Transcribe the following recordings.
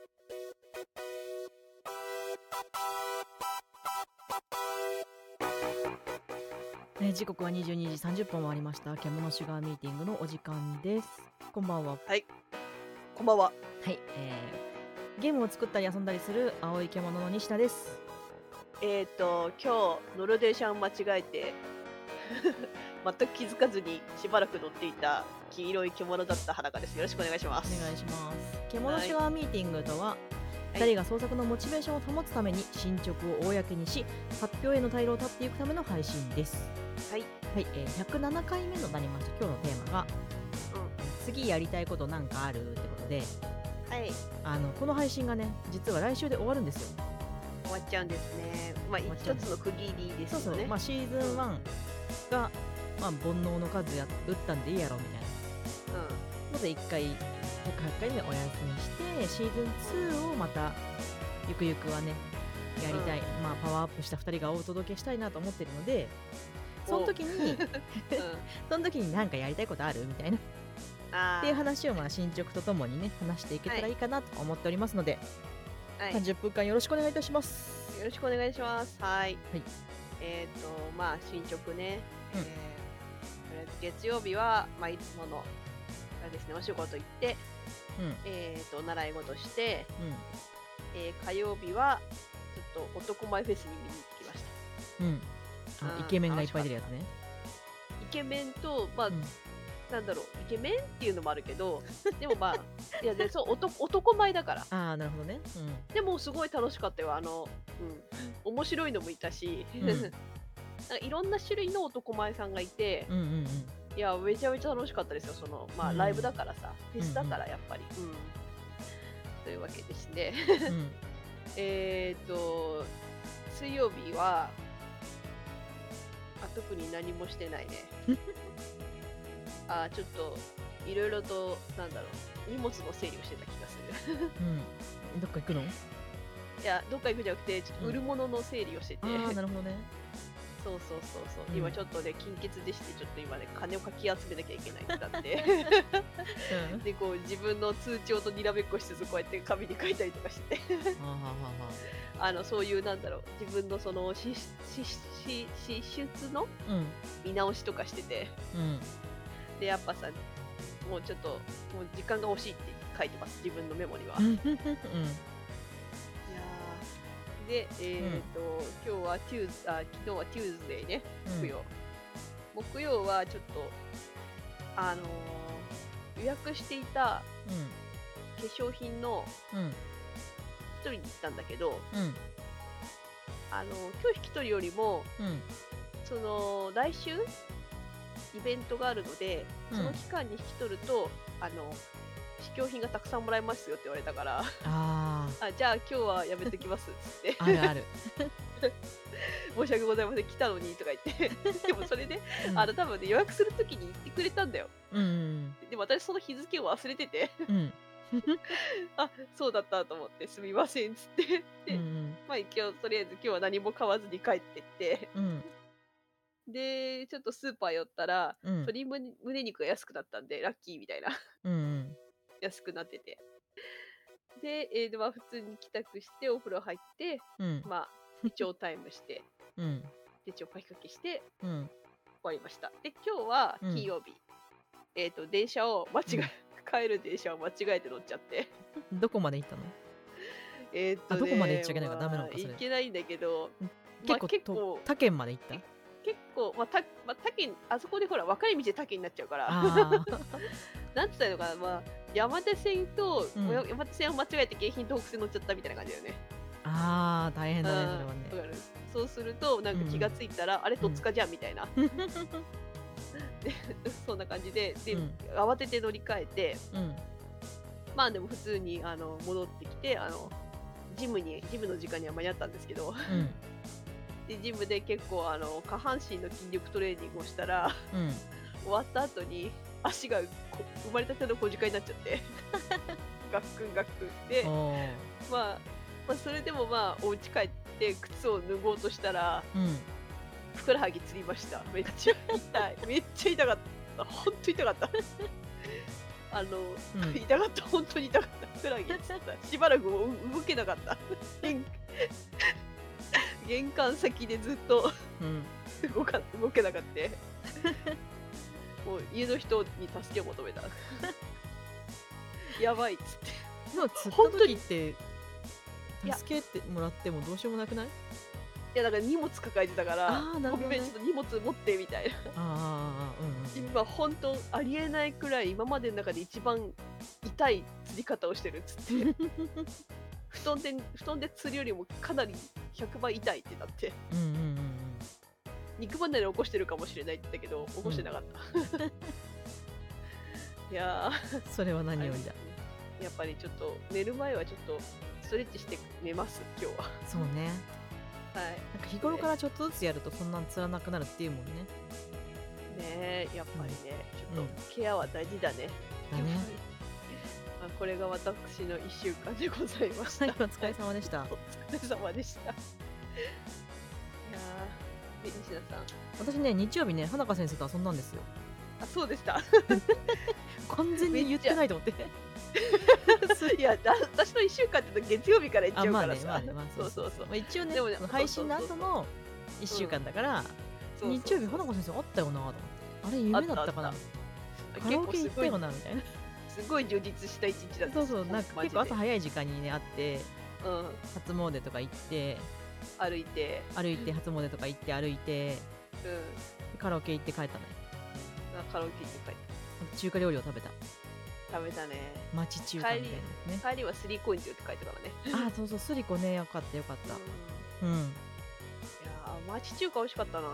時刻は22時30分回りました。獣シュガーミーティングのお時間です。こんばんは。 はい、こんばんは。 はい、ゲームを作ったり遊んだりする青い獣の西田です。 今日乗る電車を間違えて全く気づかずにしばらく乗っていた黄色い獣だった花です。よろしくお願いしまお願いす。 します。獣シュガーミーティングとは、2人が創作のモチベーションを保つために進捗を公にし、発表への退路を断っていくための配信です。 はい。 はい、107回目となりました。今日のテーマが、次やりたいことなんかあるってことで、 はい。 この配信がね、実は来週で終わるんですよ。 終わっちゃうんですね。まあ終わっちゃう一つの区切りですそうそう、 よね。 シーズン1が、煩悩の数打ったんでいいやろみたいなので1回108回目お休みして、シーズン2をまたゆくゆくはねやりたい、パワーアップした2人がお届けしたいなと思ってるので、その時にその時に何かやりたいことあるみたいなっていう話を進捗とともにね話していけたらいいかなと思っておりますので、30分間よろしくお願いいたします。 よろしくお願いします。はい。 はい。 進捗ね。月曜日はいつものあれですね、お仕事行って、習い事して、火曜日はちょっと男前フェスに見に行ってきました。 イケメンがいっぱい出るやつね。 イケメンとなんだろう、イケメンっていうのもあるけど、でもいやでそう男前だから。 ああ、なるほどね。 でもすごい楽しかったよ。面白いのもいたし、なんかいろんな種類の男前さんがいて、いやめちゃめちゃ楽しかったですよ。ライブだからさ、フェスだからやっぱり。というわけでして、水曜日は特に何もしてないね。ちょっといろいろと荷物の整理をしてた気がする。 どっか行くの？ いや、どっか行くんじゃなくて、ちょっと売るものの整理をしてて。 ああ、なるほどね。 そう。今ちょっとね、金欠でして、ちょっと今ね、金をかき集めなきゃいけないってなって。で、こう自分の通帳とにらめっこしつつ、こうやって紙に書いたりとかして。そういう自分のその支出の見直しとかしてて。で、やっぱさ、もうちょっと、もう時間が欲しいって書いてます、自分のメモには。いやで、今日は昨日はテューズデーね、木曜。木曜はちょっと、予約していた化粧品の引き取りに行ったんだけど、今日引き取りよりも、来週イベントがあるので、その期間に引き取ると、試供品がたくさんもらえますよって言われたから、じゃあ今日はやめときますっつって。 あるある。 申し訳ございません、来たのにとか言って。でもそれで、多分ね、予約するときに言ってくれたんだよ。でも私その日付を忘れてて。そうだったと思って、すみませんっつって。で、一応とりあえず今日は何も買わずに帰ってって。で、ちょっとスーパー寄ったら、鶏胸肉が安くなったんで、ラッキーみたいな。安くなってて。で、普通に帰宅してお風呂入って、手帳タイムして、手帳書きかけして、終わりました。で、今日は金曜日。電車を帰る電車を間違えて乗っちゃって。 どこまで行ったの？どこまで行っちゃいけないかダメなのかそれ。 行けないんだけど、 結構他県まで行った？ 結構、他県、あそこでほら、分かれ道で他県になっちゃうから。なんて言ったらいいのかな、山手線と、山手線を間違えて京浜東北線乗っちゃったみたいな感じだよね。 大変だね、それはね。 そうすると、なんか気がついたら、あれ、戸塚じゃんみたいな。そんな感じで、慌てて乗り換えて、でも普通に戻ってきて、ジムの時間には間に合ったんですけど、でジムで結構下半身の筋力トレーニングをしたら、終わった後に足が生まれたての小鹿になっちゃってガックンで、それでもお家帰って靴を脱ごうとしたら、ふくらはぎつりました。めっちゃ痛い。めっちゃ痛かった。ほんと痛かった。 痛かった、本当に痛かった。ふらぎっつった。しばらく動けなかった。玄関先でずっと動けなかった。もう家の人に助けを求めた。やばいっつって。 でも釣った時って助けてもらってもどうしようもなくない？いやだから荷物抱えてたから、ごめんちょっと荷物持ってみたいな。今本当ありえないくらい今までの中で一番痛い釣り方をしてるっつって。布団で釣るよりもかなり100倍痛いってなって。肉離れ起こしてるかもしれないって言ったけど起こしてなかった。いやそれは何よりだ。 やっぱりちょっと寝る前はちょっとストレッチして寝ます今日は。 そうね。はい。なんか日頃からちょっとずつやるとそんなにつらなくなるっていうもんね。 ねえ、やっぱりね、ちょっとケアは大事だね。 だね。 これが私の1週間でございました。 お疲れ様でした。 お疲れ様でした。いやー、西田さん。 私ね、日曜日ね、花香先生と遊んだんですよ。 あ、そうでした。 完全に言ってないと思って。 いや、私の1週間って月曜日から行っちゃうからさ。 そうそうそう。一応ね、配信の後の1週間だから、日曜日花香先生あったよなと思って。あれ夢だったかな。カラオケ行ったよなみたいな。 すごい充実した一日だった。 そうそう、なんか結構朝早い時間にね会って、初詣とか行って、 歩いて初詣とか行って歩いて、カラオケ行って帰ったね。 カラオケ行って帰った。 中華料理を食べた。 食べたね。 町中華みたいなね。 帰りはスリコインズって書いてからね。 あ、そうそう、スリコね、よかったよかった。 いや町中華美味しかったな。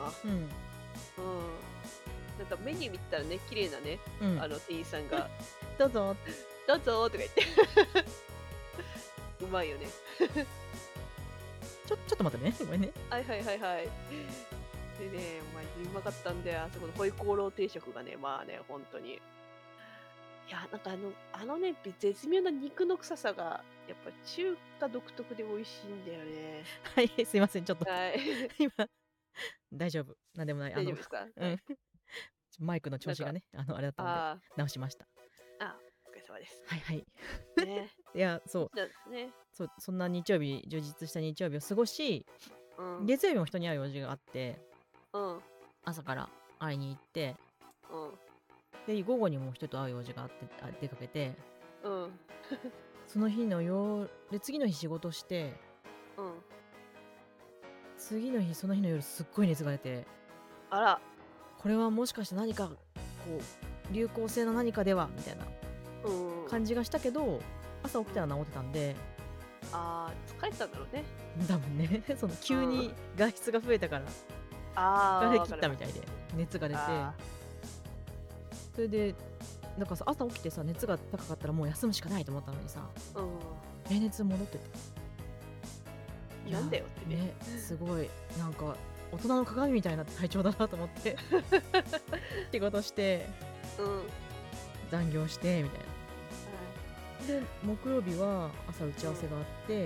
なんかメニュー見たらね、綺麗なね、店員さんがどうぞどうぞとか言ってうまいよね。 ちょっと待ってね、ごめんね。 はい。でね、うまかったんで、あそこのホイコーロー定食がね、まあね、本当に。いや、なんかね、絶妙な肉の臭さが、やっぱ中華独特で美味しいんだよね。 はい、すいません、ちょっと。今、大丈夫。なんでもない。 大丈夫ですか？ マイクの調子がね、あれだったんで、直しました。 お疲れ様です。 はい。いや、そう。そんな日曜日、充実した日曜日を過ごし、月曜日も人に会う用事があって、朝から会いに行って、で、午後にも人と会う用事があって出かけて、その日ので、次の日仕事して、次の日、その日の夜すっごい熱が出て、 あら。 これはもしかして何かこう流行性の何かではみたいな感じがしたけど、朝起きたら治ってたんで、 疲れてたんだろうね。 多分ね、その急に外出が増えたから疲れ切ったみたいで熱が出て、それでなんかさ、朝起きてさ、熱が高かったらもう休むしかないと思ったのにさ、平熱戻ってて、 なんだよってね。 すごいなんか大人の鏡みたいな体調だなと思って仕事して、残業してみたいな。で木曜日は朝打ち合わせがあって、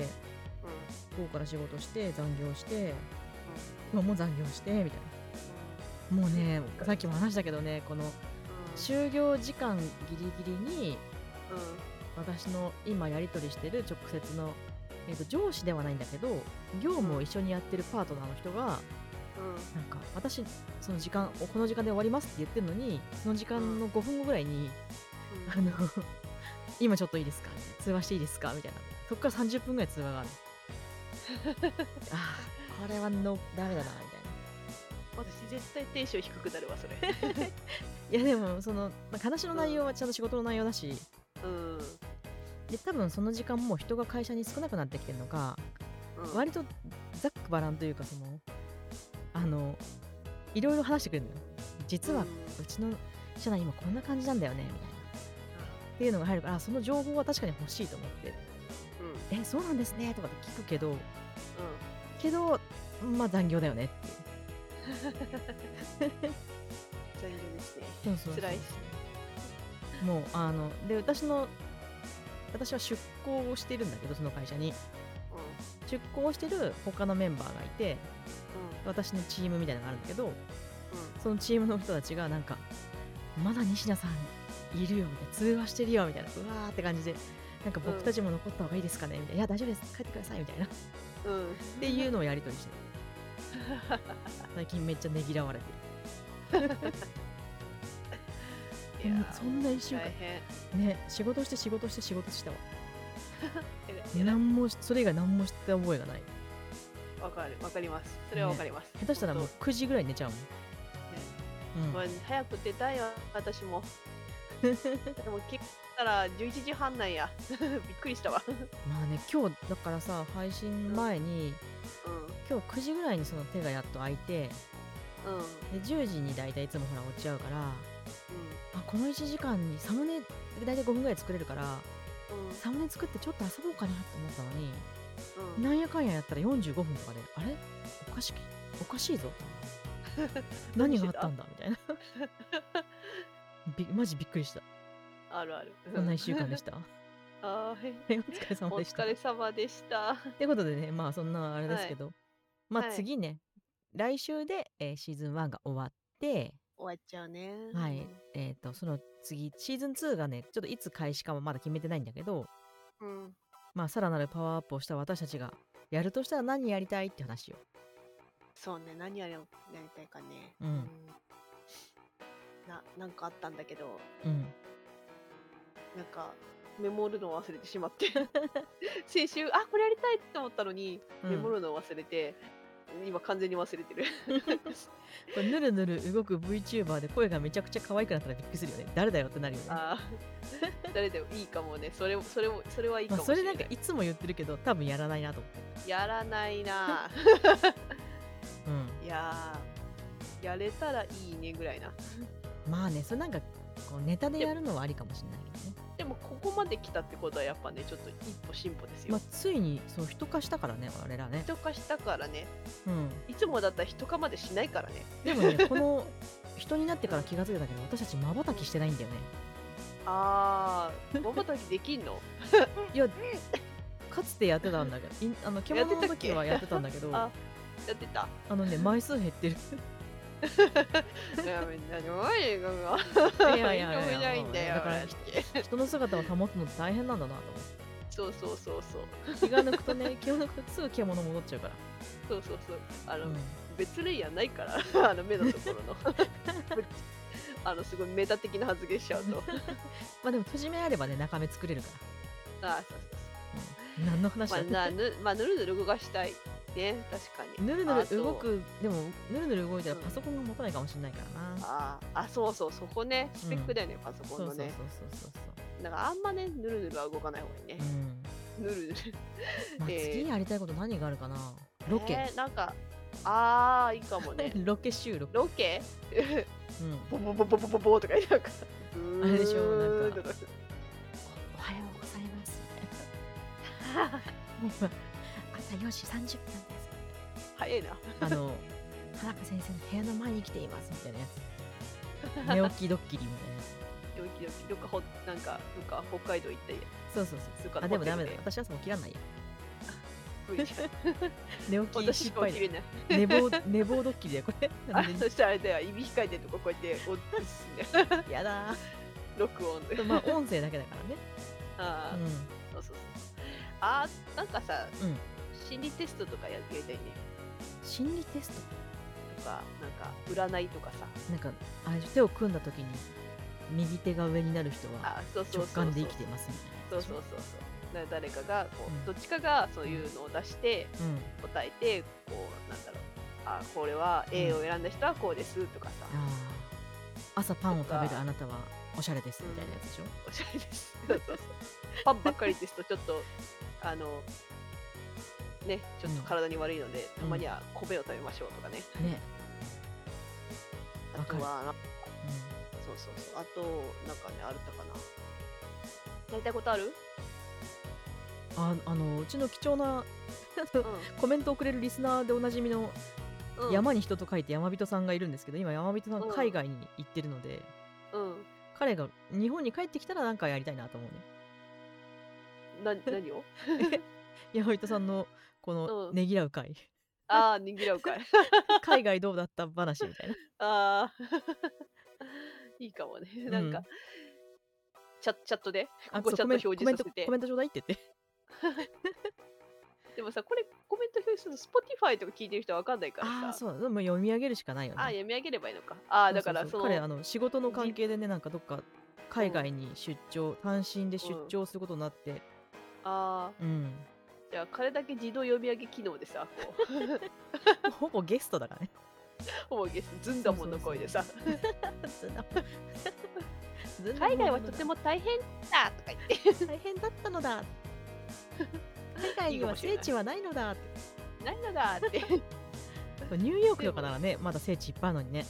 午後から仕事して残業して、今も残業してみたいな。もうね、さっきも話したけどね、この就業時間ギリギリに、私の今やり取りしてる直接の、上司ではないんだけど、業務を一緒にやってるパートナーの人が、なんか私その時間この時間で終わりますって言ってるのに、その時間の5分後ぐらいに、今ちょっといいですか、通話していいですかみたいな、そっから30分ぐらい通話がある。これはダメだなみたいな。 私絶対テンション低くなるわそれ。 いやでもその話の内容はちゃんと仕事の内容だし、で多分その時間も人が会社に少なくなってきてるのか、割とざっくばらんというか、そのいろいろ話してくれるのよ。実はうちの社内今こんな感じなんだよねみたいな、っていうのが入るから、その情報は確かに欲しいと思って、そうなんですねとかって聞くけど、まあ残業だよねっていう。 残業ですね。 そう辛いですね。もうで私は出向をしてるんだけど、その会社に、出向してる他のメンバーがいて、私のチームみたいなのがあるんだけど、そのチームの人たちがなんか、まだ西田さんいるよみたいな、通話してるよみたいな、うわーって感じで、なんか僕たちも残った方がいいですかねみたいな、いや大丈夫です、帰ってくださいみたいなっていうのをやり取りしてる。最近めっちゃねぎらわれてる。いやそんな1週間ね、仕事して仕事して仕事したわ。それ以外何もした覚えがない。 わかります。それはわかります。 下手したらもう9時ぐらいに寝ちゃうもん。早く出たいわ、私も。でも結構たら11時半なんや。びっくりしたわ。 まあね、今日だからさ、配信前に、今日9時ぐらいにその手がやっと開いて、で10時に大体いつもほら落ちちゃうから、この1時間にサムネ大体5分ぐらい作れるから、サムネ作ってちょっと遊ぼうかなって思ったのに、なんやかんややったら45分とかで、あれおかしいぞ何があったんだみたいなマジびっくりした。 あるある。 そんな1週間でした。 お疲れ様でした。 お疲れ様でした。 ってことでね、まあそんなあれですけど、まあ次ね、来週で、シーズン1が終わって、 終わっちゃうね。 はい。その次、シーズン2がね、ちょっといつ開始かもまだ決めてないんだけど、まあさらなるパワーアップをした私たちがやるとしたら何やりたいって話を。 そうね、何やりたいかね。なんかあったんだけど、なんかメモるのを忘れてしまって先週これやりたいって思ったのに、メモるのを忘れて今完全に忘れてるこれぬるぬる動く VTuber で声がめちゃくちゃ可愛くなったらびっくりするよね。誰だよってなるよね。 誰でもいいかもね。それはいいかもしれない。 それなんかいつも言ってるけど多分やらないなと思って。 やらないないややれたらいいねぐらいな。 まあね、それなんかこうネタでやるのはありかもしれないけどね。 でもここまで来たってことはやっぱね、ちょっと一歩進歩ですよ。 ついにそう人化したからね、我らね。 人化したからね。いつもだったら人化までしないからね。 でもね、この人になってから気が付いたけど、私たち瞬きしてないんだよね。 瞬きできんの？ いや、かつてやってたんだけど、獣の時はやってたんだけど、 やってた。 枚数減ってる。 いや、みんなにおいが。 いやいやいや、 ないんだよ。 だから人の姿を保つのって大変なんだなと思って。 そう。 気が抜くとね、気を抜くとすぐ獣戻っちゃうから。 そう。別レイヤーないから、目のところの。すごいメタ的な発言しちゃうと。 まあでも、閉じ目あればね、中目作れるから。そう。 何の話だったぬるぬる動かしたい。ね、確かに。 ぬるぬる動く、でも、ぬるぬる動いたらパソコンが持たないかもしれないからな。そう、そこね、スペックだよね、パソコンのね。 そう。 だからあんまね、ぬるぬるは動かない方がいいね。ぬるぬる。 次やりたいこと何があるかな。ロケ。 なんか、いいかもね。 ロケ収録。 ロケボボボボボボボとか言うか。 あれでしょ、なんか。おはようございます。朝4時30分です。 早いな。 花子先生の部屋の前に来ていますみたいなやつ。寝起きドッキリみたいなやつ。 寝起きドッキリ。どっか北海道行ったり。 そう。でもダメだよ。私はもう切らないよ。寝起き失敗で。寝坊ドッキリだよ、これ。 そしたらあれだよ、指控えてるとここうやって落とすね。 やだ録音で。 まあ音声だけだからね。 そう。なんかさ、心理テストとかやりたいね。 心理テストとか、なんか占いとかさ。 なんか手を組んだ時に右手が上になる人は直感で生きてますみたいな。 そう。誰かがどっちかがそういうのを出して答えて、これは A を選んだ人はこうですとかさ。 朝パンを食べるあなたはおしゃれですみたいなやつでしょ。 おしゃれです。パンばっかりですとちょっとね、ちょっと体に悪いので、たまには米を食べましょうとかね。あとはそう。あとなんかね、あるったかな。やりたいことある？ うちの貴重なコメントをくれるリスナーでおなじみの山に人と書いて山人さんがいるんですけど、今山人さん海外に行ってるので、彼が日本に帰ってきたら何かやりたいなと思うね。何を？ 山人さんのこのねぎらう会。 ねぎらう会。 海外どうだった話みたいな。 いいかもね。なんかチャットであ、 ここそう、 チャット表示させて。 コメントちょうだいって言って。 でもさ、これコメント表示すると Spotify とか聞いてる人は分かんないからああ、 さ。 そう、でも読み上げるしかないよあ、 ね。 読み上げればいいのか。あ、だから彼、仕事の関係でね、なんかどっか海外に単身で出張することになって。 ああ。 うん。 じゃあ、彼だけ自動読み上げ機能でさ、こう。ほぼゲストだからね。 ほぼゲスト、ずんだもんの声でさ。 ずんだもん。 海外はとても大変だとか言って。 大変だったのだ。海外には聖地はないのだって。 ないのだって。 ニューヨークとかならね、まだ聖地いっぱいあるのにね。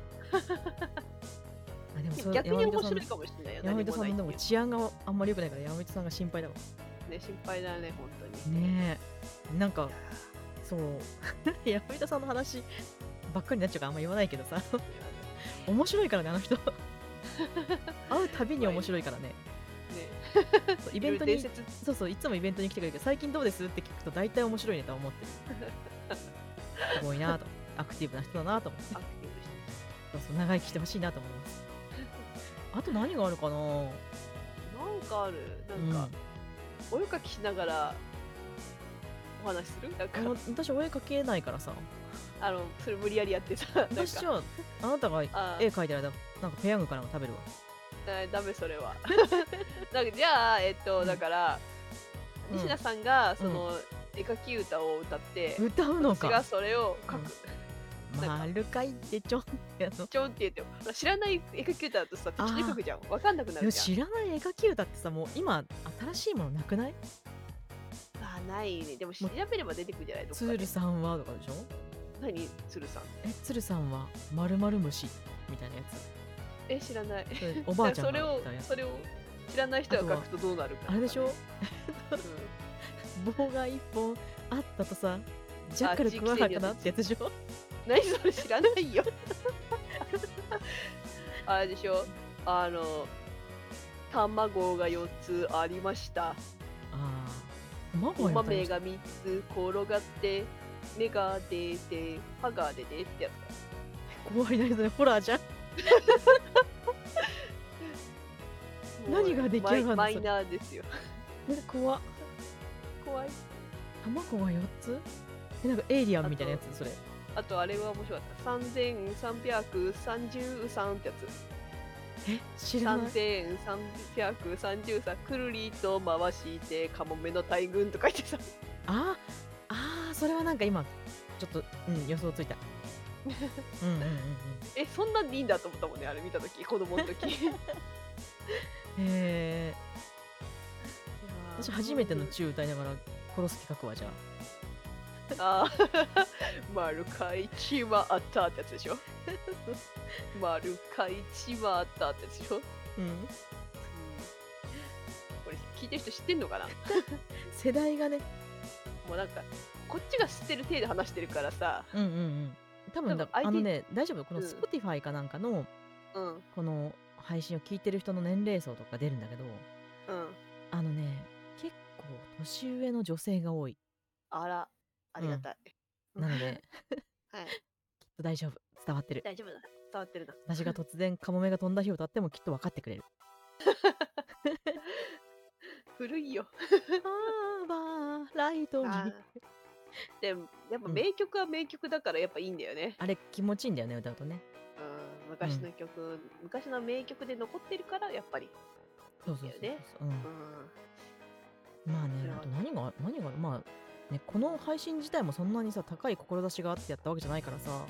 あ、でも逆に面白いかもしれないよね。 山本さんでも治安があんまり良くないから、山本さんが心配だわ。 ね、心配だね、本当に。 ねえ。なんか、そう。山本さんの話ばっかりになっちゃうからあんま言わないけどさ。面白いからね、あの人。会うたびに面白いからね。イベントに、そうそう、いつもイベントに来てくれるけど、最近どうですって聞くと大体面白いねと思ってる。すごいなと。アクティブな人だなと思って。そうそう、長生きしてほしいなと思います。あと何があるかな。 なんかある。なんか、お絵かきしながらお話する？なんか私お絵描けないからさ。 それ無理やりやってさ。 私はあなたが絵描いてる間、なんかペヤングかなんか食べるわ。 ダメそれは。じゃあだから西田さんがその絵描き歌を歌って歌うのか。 私がそれを描く。 丸書いてちょんってやつ。 ちょんって言っても知らない絵描き歌だとさ適当に描くじゃん。わかんなくなるじゃん。 知らない絵描き歌ってさ、もう今新しいものなくない？ あ、ないね。でも調べれば出てくるじゃないですか。 鶴さんはとかでしょ？ 何鶴さん？ 鶴さんは〇〇虫みたいなやつ。知らない。 おばあちゃんがそれを知らない人が書くとどうなるか。 あれでしょ？棒が一本あったとさ、ジャッカル食わなくなってやつでしょ？ 何それ知らないよ。あれでしょ？卵が4つありました。お豆が3つ転がって芽が出て歯が出てってやつ。 怖いな、それホラーじゃん。何が出来上がるの？ マイナーですよ。 怖い。卵が4つ？なんかエイリアンみたいなやつそれ。 あとあれは面白かった。3333ってやつ。 知らない。 3333くるりと回してカモメの大群とか言ってさ。 それはなんか今ちょっと予想ついた。 そんなんでいいんだと思ったもんね、あれ見た時、子供の時。 私初めてのチュー歌いながら殺す企画はじゃあ。丸かいちまったってやつでしょ。丸かいちまったってやつでしょ。これ聞いてる人知ってんのかな？ 世代がね。 もうなんかこっちが知ってる体で話してるからさ。 多分大丈夫。この Spotify かなんかのこの配信を聞いてる人の年齢層とか出るんだけど、結構年上の女性が多い。 あら、ありがたい。 なので、きっと大丈夫。伝わってる。 大丈夫だ。伝わってるな。 私が突然カモメが飛んだ日を歌ってもきっと分かってくれる。 古いよ。 ライトに。 でもやっぱ名曲は名曲だからやっぱいいんだよね。 あれ気持ちいいんだよね、歌うとね。 昔の曲、昔の名曲で残ってるからやっぱり。 そうね。まあね、あと何がまあね、この配信自体もそんなにさ高い志があってやったわけじゃないからさ。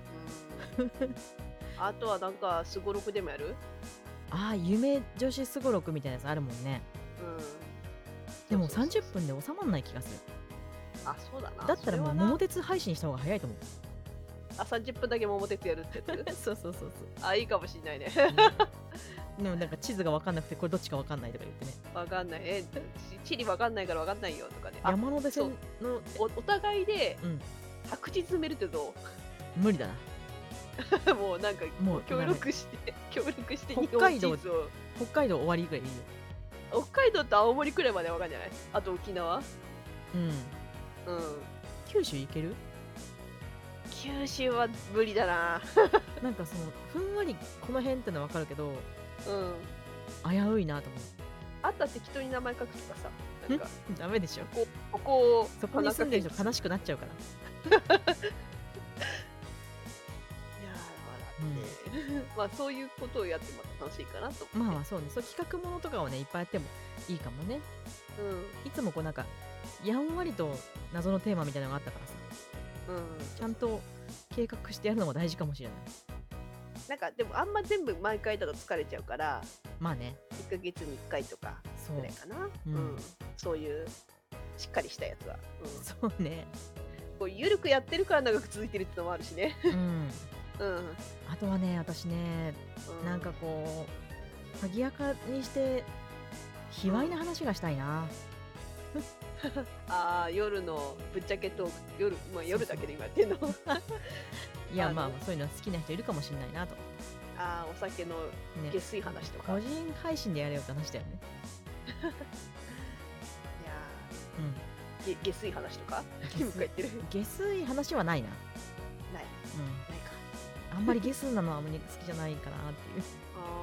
あとはなんかすごろくでもやる？ 夢女子すごろくみたいなやつあるもんね。でも30分で収まんない気がする。 そうだな。 だったらもう桃鉄配信した方が早いと思う。 30分だけ桃鉄やるってやつ？ そう。 いいかもしんないね。 でもなんか地図が分かんなくてこれどっちか分かんないとか言ってね。 分かんない。地理分かんないから分かんないよとかね。 山手線のお互いで白地詰めるってどう？ 無理だな。もうなんか協力して北海道終わりぐらいいいよ。 北海道と青森くらいまで分かんじゃない？あと沖縄？ 九州行ける？ 九州は無理だな。 なんかそのふんわりこの辺ってのは分かるけど、 危ういなと思う。 あったら適当に名前書くとかさ、なんかダメでしょ。 ここをそこに住んでる人悲しくなっちゃうから。 いやだからって、まあそういうことをやってまた楽しいかなと思って。 まあそうね、そう企画ものとかをねいっぱいやってもいいかもね。いつもこうなんかやんわりと謎のテーマみたいなのがあったからさ、ちゃんと計画してやるのも大事かもしれない。 なんかでもあんま全部毎回だと疲れちゃうから、 まあね、 1ヶ月に1回とかぐらいかな。そういうしっかりしたやつは。 そうね。 こう緩くやってるから長く続いてるってのもあるしね。 あとはね、私ね、なんかこう鍵垢にして卑猥な話がしたいな。 ああ、夜のぶっちゃけトーク、夜だけで今やってんの。 いやまあそういうの好きな人いるかもしれないなと。 ああ、お酒の下水話とか。 個人配信でやれよって話だよね。 いや下水話とか下水話はないな。 ない。ないか。 あんまり下水なのはあんまり好きじゃないかなっていう。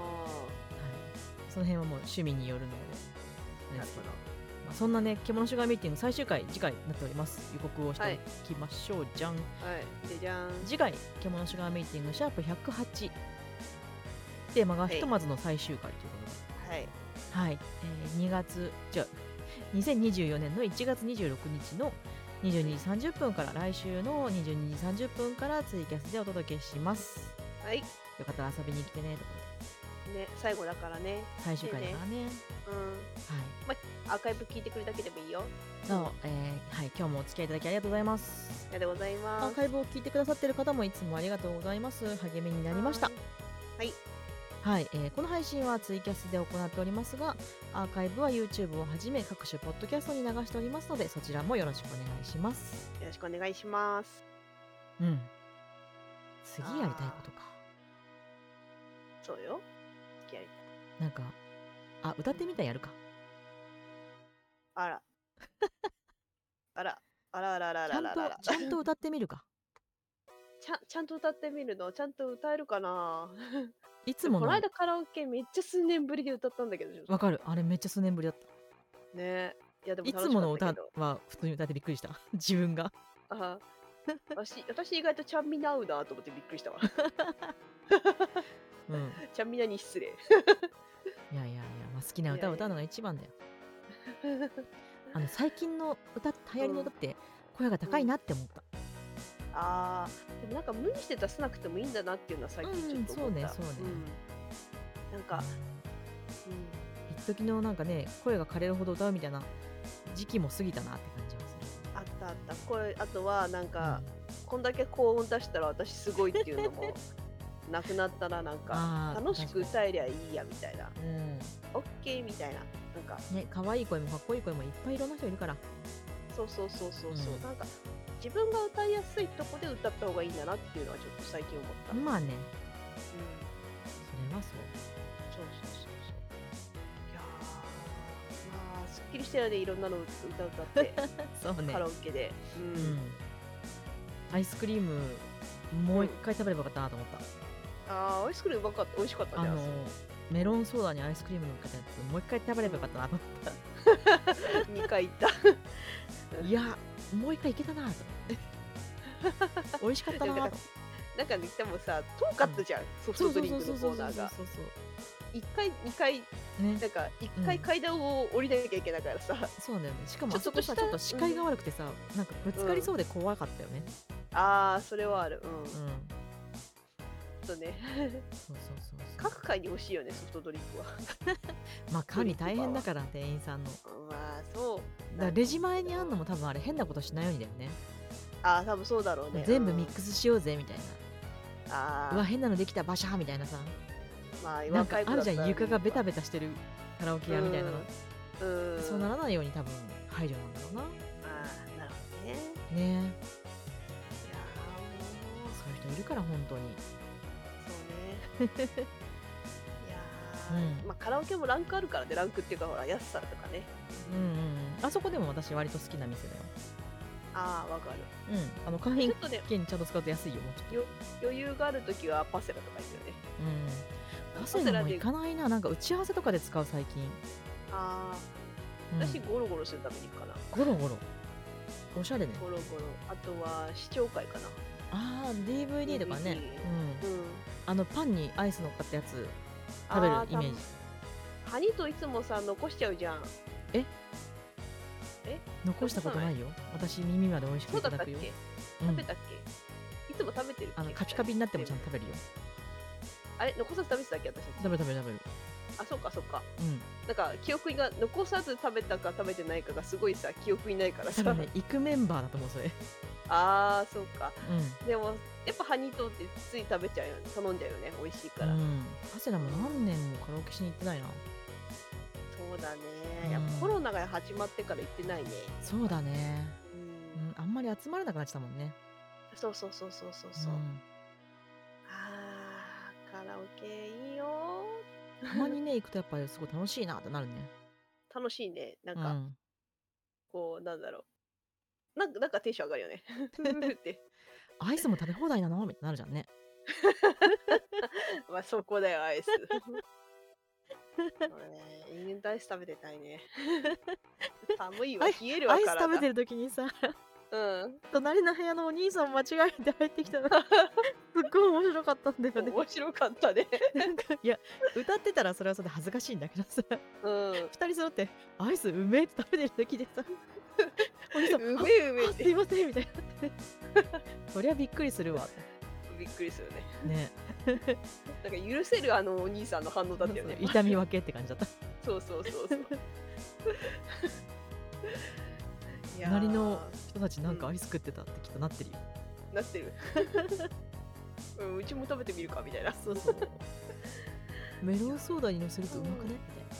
その辺はもう趣味によるので。 なるほど。 そんなね、獣シュガーミーティング最終回、次回になっております。予告をしておきましょう。じゃん。 じゃん。 次回、獣シュガーミーティングシャープ108。テーマがひとまずの最終回ということで。はい。2024年の1月26日の22時30分から来週の22時30分からツイキャスでお届けします。 はい。よかったら遊びに来てねとかね、最後だからね。 最終回だからね。 まあ、アーカイブ聞いてくれるだけでもいいよ。 はい、今日もお付き合いいただきありがとうございます。 ありがとうございます。 アーカイブを聞いてくださっている方もいつもありがとうございます。励みになりました。はい、この配信はツイキャスで行っておりますが、アーカイブは YouTube をはじめ各種ポッドキャストに流しておりますので、そちらもよろしくお願いします。 よろしくお願いします。 次やりたいことか。 そうよ。次やりたい。 なんか、歌ってみたらやるか。 あら。あら。あらあらあらあらあら。 ちゃんと歌ってみるか。 ちゃんと歌ってみるのちゃんと歌えるかな。 いつもの。 この間カラオケめっちゃ数年ぶりで歌ったんだけど。 わかる。あれめっちゃ数年ぶりだった。 ね。いやでもいつもの歌は普通に歌ってびっくりした。自分が。 私意外とちゃんみなうだと思ってびっくりしたわ。ちゃんみなに失礼。 いや、まあ、好きな歌を歌うのが一番だよ。最近の流行りの歌って声が高いなって思った。 でもなんか無理して出さなくてもいいんだなっていうのは最近ちょっと思った。 そうね。 なんか、 一時のなんかね、声が枯れるほど歌うみたいな時期も過ぎたなって感じまする。 あった。あとはなんか、こんだけ高音出したら私すごいっていうのもなくなったら、なんか楽しく歌えりゃいいやみたいな。オッケーみたいな。なんかね、可愛い声もかっこいい声もいっぱいいろんな人いるから。 そう。なんか自分が歌いやすいとこで歌った方がいいんだなっていうのはちょっと最近思った。 まあね。それはそう。 そう。いやまあすっきりしたよね、いろんなの歌ってそうね。 カラオケで。 アイスクリームもう一回食べればよかったなと思った。 アイスクリームうまかった、美味しかったね。 メロンソーダにアイスクリームのっけたやつもう一回食べればよかったなと思った。 2回行った。 いや、もう一回いけたなと思って。美味しかったなと。 なんかね、でもさ、遠かったじゃん、ソフトドリンクのコーナーが。1回、2回、なんか1回階段を降りなきゃいけないからさ。 そうだよね。しかもあそこさ、ちょっと視界が悪くてさ、なんかぶつかりそうで怖かったよね。 それはある。そうね。各階に欲しいよね、ソフトドリンクは。 まあ管理大変だから、店員さんの。 まあそう。 だからレジ前にあんのも多分あれ変なことしないようにだよね。 多分そうだろうね。 全部ミックスしようぜみたいな。うわ、変なのできたバシャーみたいなさ。なんかあるじゃん、床がベタベタしてるカラオケ屋みたいなの。そうならないように多分配慮なんだろうな。 なるほどね。 ね。いやそういう人いるから本当に。 そうね。いやまあカラオケもランクあるからね、ランクっていうかほら安さとかね。 あそこでも私割と好きな店だよ。 わかる。 会員券ちゃんと使うと安いよ、もうちょっと。余裕があるときはパセラとか行くよね。 パセナも行かないな。なんか打ち合わせとかで使う最近。 ああ、私ゴロゴロするためにかな。 ゴロゴロ。おしゃれね。 ゴロゴロ。あとは視聴会かな。 ああ、DVD とかね。パンにアイス乗っかったやつ食べるイメージ。 ハニといつもさ、残しちゃうじゃん。 残したことないよ。私耳まで美味しくいただくよ。 食べたっけ？いつも食べてるっけ？ カピカピになってもちゃんと食べるよ。 あれ、残さず食べてたっけ、私たち。 食べる。 あ、そっか。なんか記憶が残さず食べたか食べてないかがすごいさ、記憶にないからさ。 多分ね、行くメンバーだと思うそれ。 ああ、そうか。でもやっぱハニトーってつい食べちゃうよね。頼んじゃうよね。美味しいから。 ハセナも何年もカラオケしに行ってないな。 そうだね。やっぱコロナが始まってから行ってないね。 そうだね。あんまり集まらなくなっちゃったもんね。 そう。ああ、カラオケいいよ。 たまにね、行くとやっぱりすごい楽しいなってなるね。 楽しいね。なんか、こう、なんだろう。なんかテンション上がるよね。 アイスも食べ放題なのみたいになるじゃんね。 まあそこだよ、アイス。アイス食べてたいね。寒いわ、冷えるわ。 アイス食べてる時にさ、隣の部屋のお兄さん間違えて入ってきたの。すっごい面白かったんだよね。 面白かったね。 いや、歌ってたらそれはそれで恥ずかしいんだけどさ、2人揃ってアイスうめえって食べてる時でさ、お兄さん、 うめえすいませんみたいな。そりゃびっくりするわ。 びっくりするね。 なんか許せるお兄さんの反応だったよね。 痛み分けって感じだった。 そう。 隣の人たちなんかアイス食ってたってきっとなってるよ。 なってる。うちも食べてみるかみたいな。 そう。メロンソーダにのせるとうまくねみたい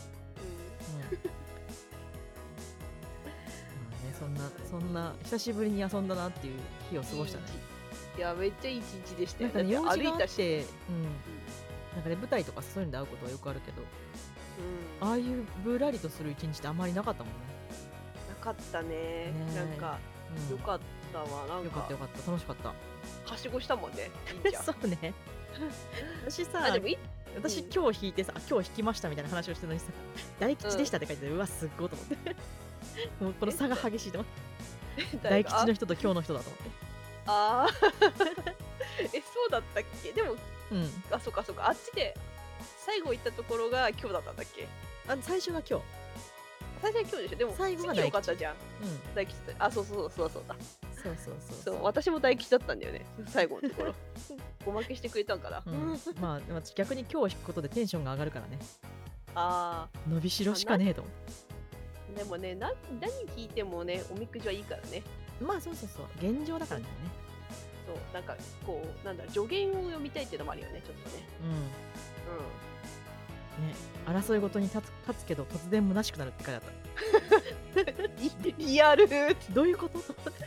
な。そんな久しぶりに遊んだなっていう日を過ごしたね。 いや、めっちゃいい一日でしたよ。 なんか用事があって、なんかね、舞台とかそういうので会うことはよくあるけど、ああいうぶらりとする一日ってあんまりなかったもんね。 なかったね。なんかよかったわ。なんかよかった。楽しかった。 はしごしたもんね。 そうね。私さ、私今日弾いてさ、今日弾きましたみたいな話をしてるのにさ、大吉でしたって書いてて、うわすっごいと思って。もうこの差が激しいと思って。大吉の人と今日の人だと思って。 ああ。そうだったっけ？でも、あ、そっか。あっちで最後行ったところが今日だったんだっけ？ 最初は今日。 最初は今日でしょ。でも最後が良かったじゃん。大吉。あ、そうだ。そう。私も大吉だったんだよね。最後のところ。おまけしてくれたんかな。 まあ逆に今日弾くことでテンションが上がるからね。 ああ。 伸びしろしかねえと思う。でもね、何聞いてもね、おみくじはいいからね。 まあそう。現状だからね。 そう、なんかこうなんだろう、助言を読みたいっていうのもあるよね、ちょっとね。 ね、争いごとに勝つけど突然虚しくなるって書いてあった。 リアル。 どういうこと？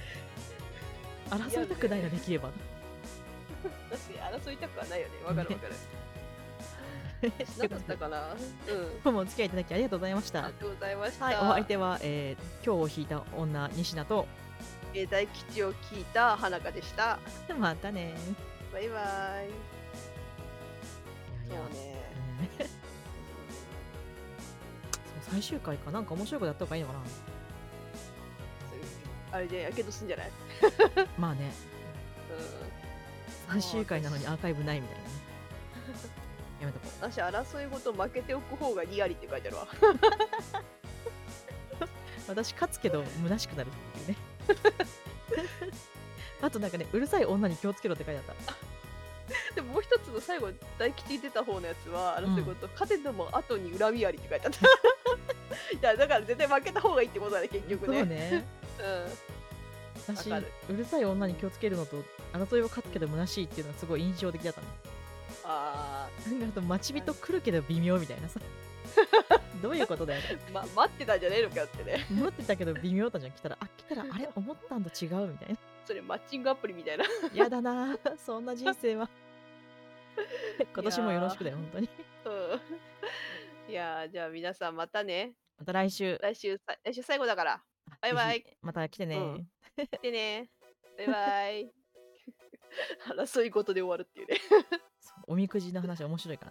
争いたくないのできれば。 確かに争いたくはないよね。わかる。なかったかな。 今日もお付き合いいただきありがとうございました。 ありがとうございました。 はい、お相手は、今日を引いた女西名と大吉を聞いた花香でした。 またね。 バイバイ。そうね。 最終回かなんか面白いことやった方がいいのかな。 あれでやけどすんじゃない？ まあね。最終回なのにアーカイブないみたいなね。やめとこう。 私争いごと負けておく方がリアリって書いてあるわ。 私勝つけど虚しくなるっていうね。あとなんかね、うるさい女に気をつけろって書いてあった。 でももう一つの最後大吉出た方のやつは争いごと、勝てても後に恨みありって書いてあった。いやだから絶対負けた方がいいってことだね、結局ね。 そうね。私うるさい女に気をつけるのと争いを勝つけど虚しいっていうのはすごい印象的だったね。なんかあと待ち人来るけど微妙みたいなさ。どういうことだよね。 待ってたんじゃねえのかってね。 待ってたけど微妙だじゃん。来たらあれ思ったんと違うみたいな。 それマッチングアプリみたいな。 やだな、そんな人生は。今年もよろしくだよ本当に。 いやじゃあ皆さんまたね。 また来週最後だから。バイバイ。 また来てね。 来てね。バイバイ。争い事で終わるっていうね。 おみくじの話面白いからね。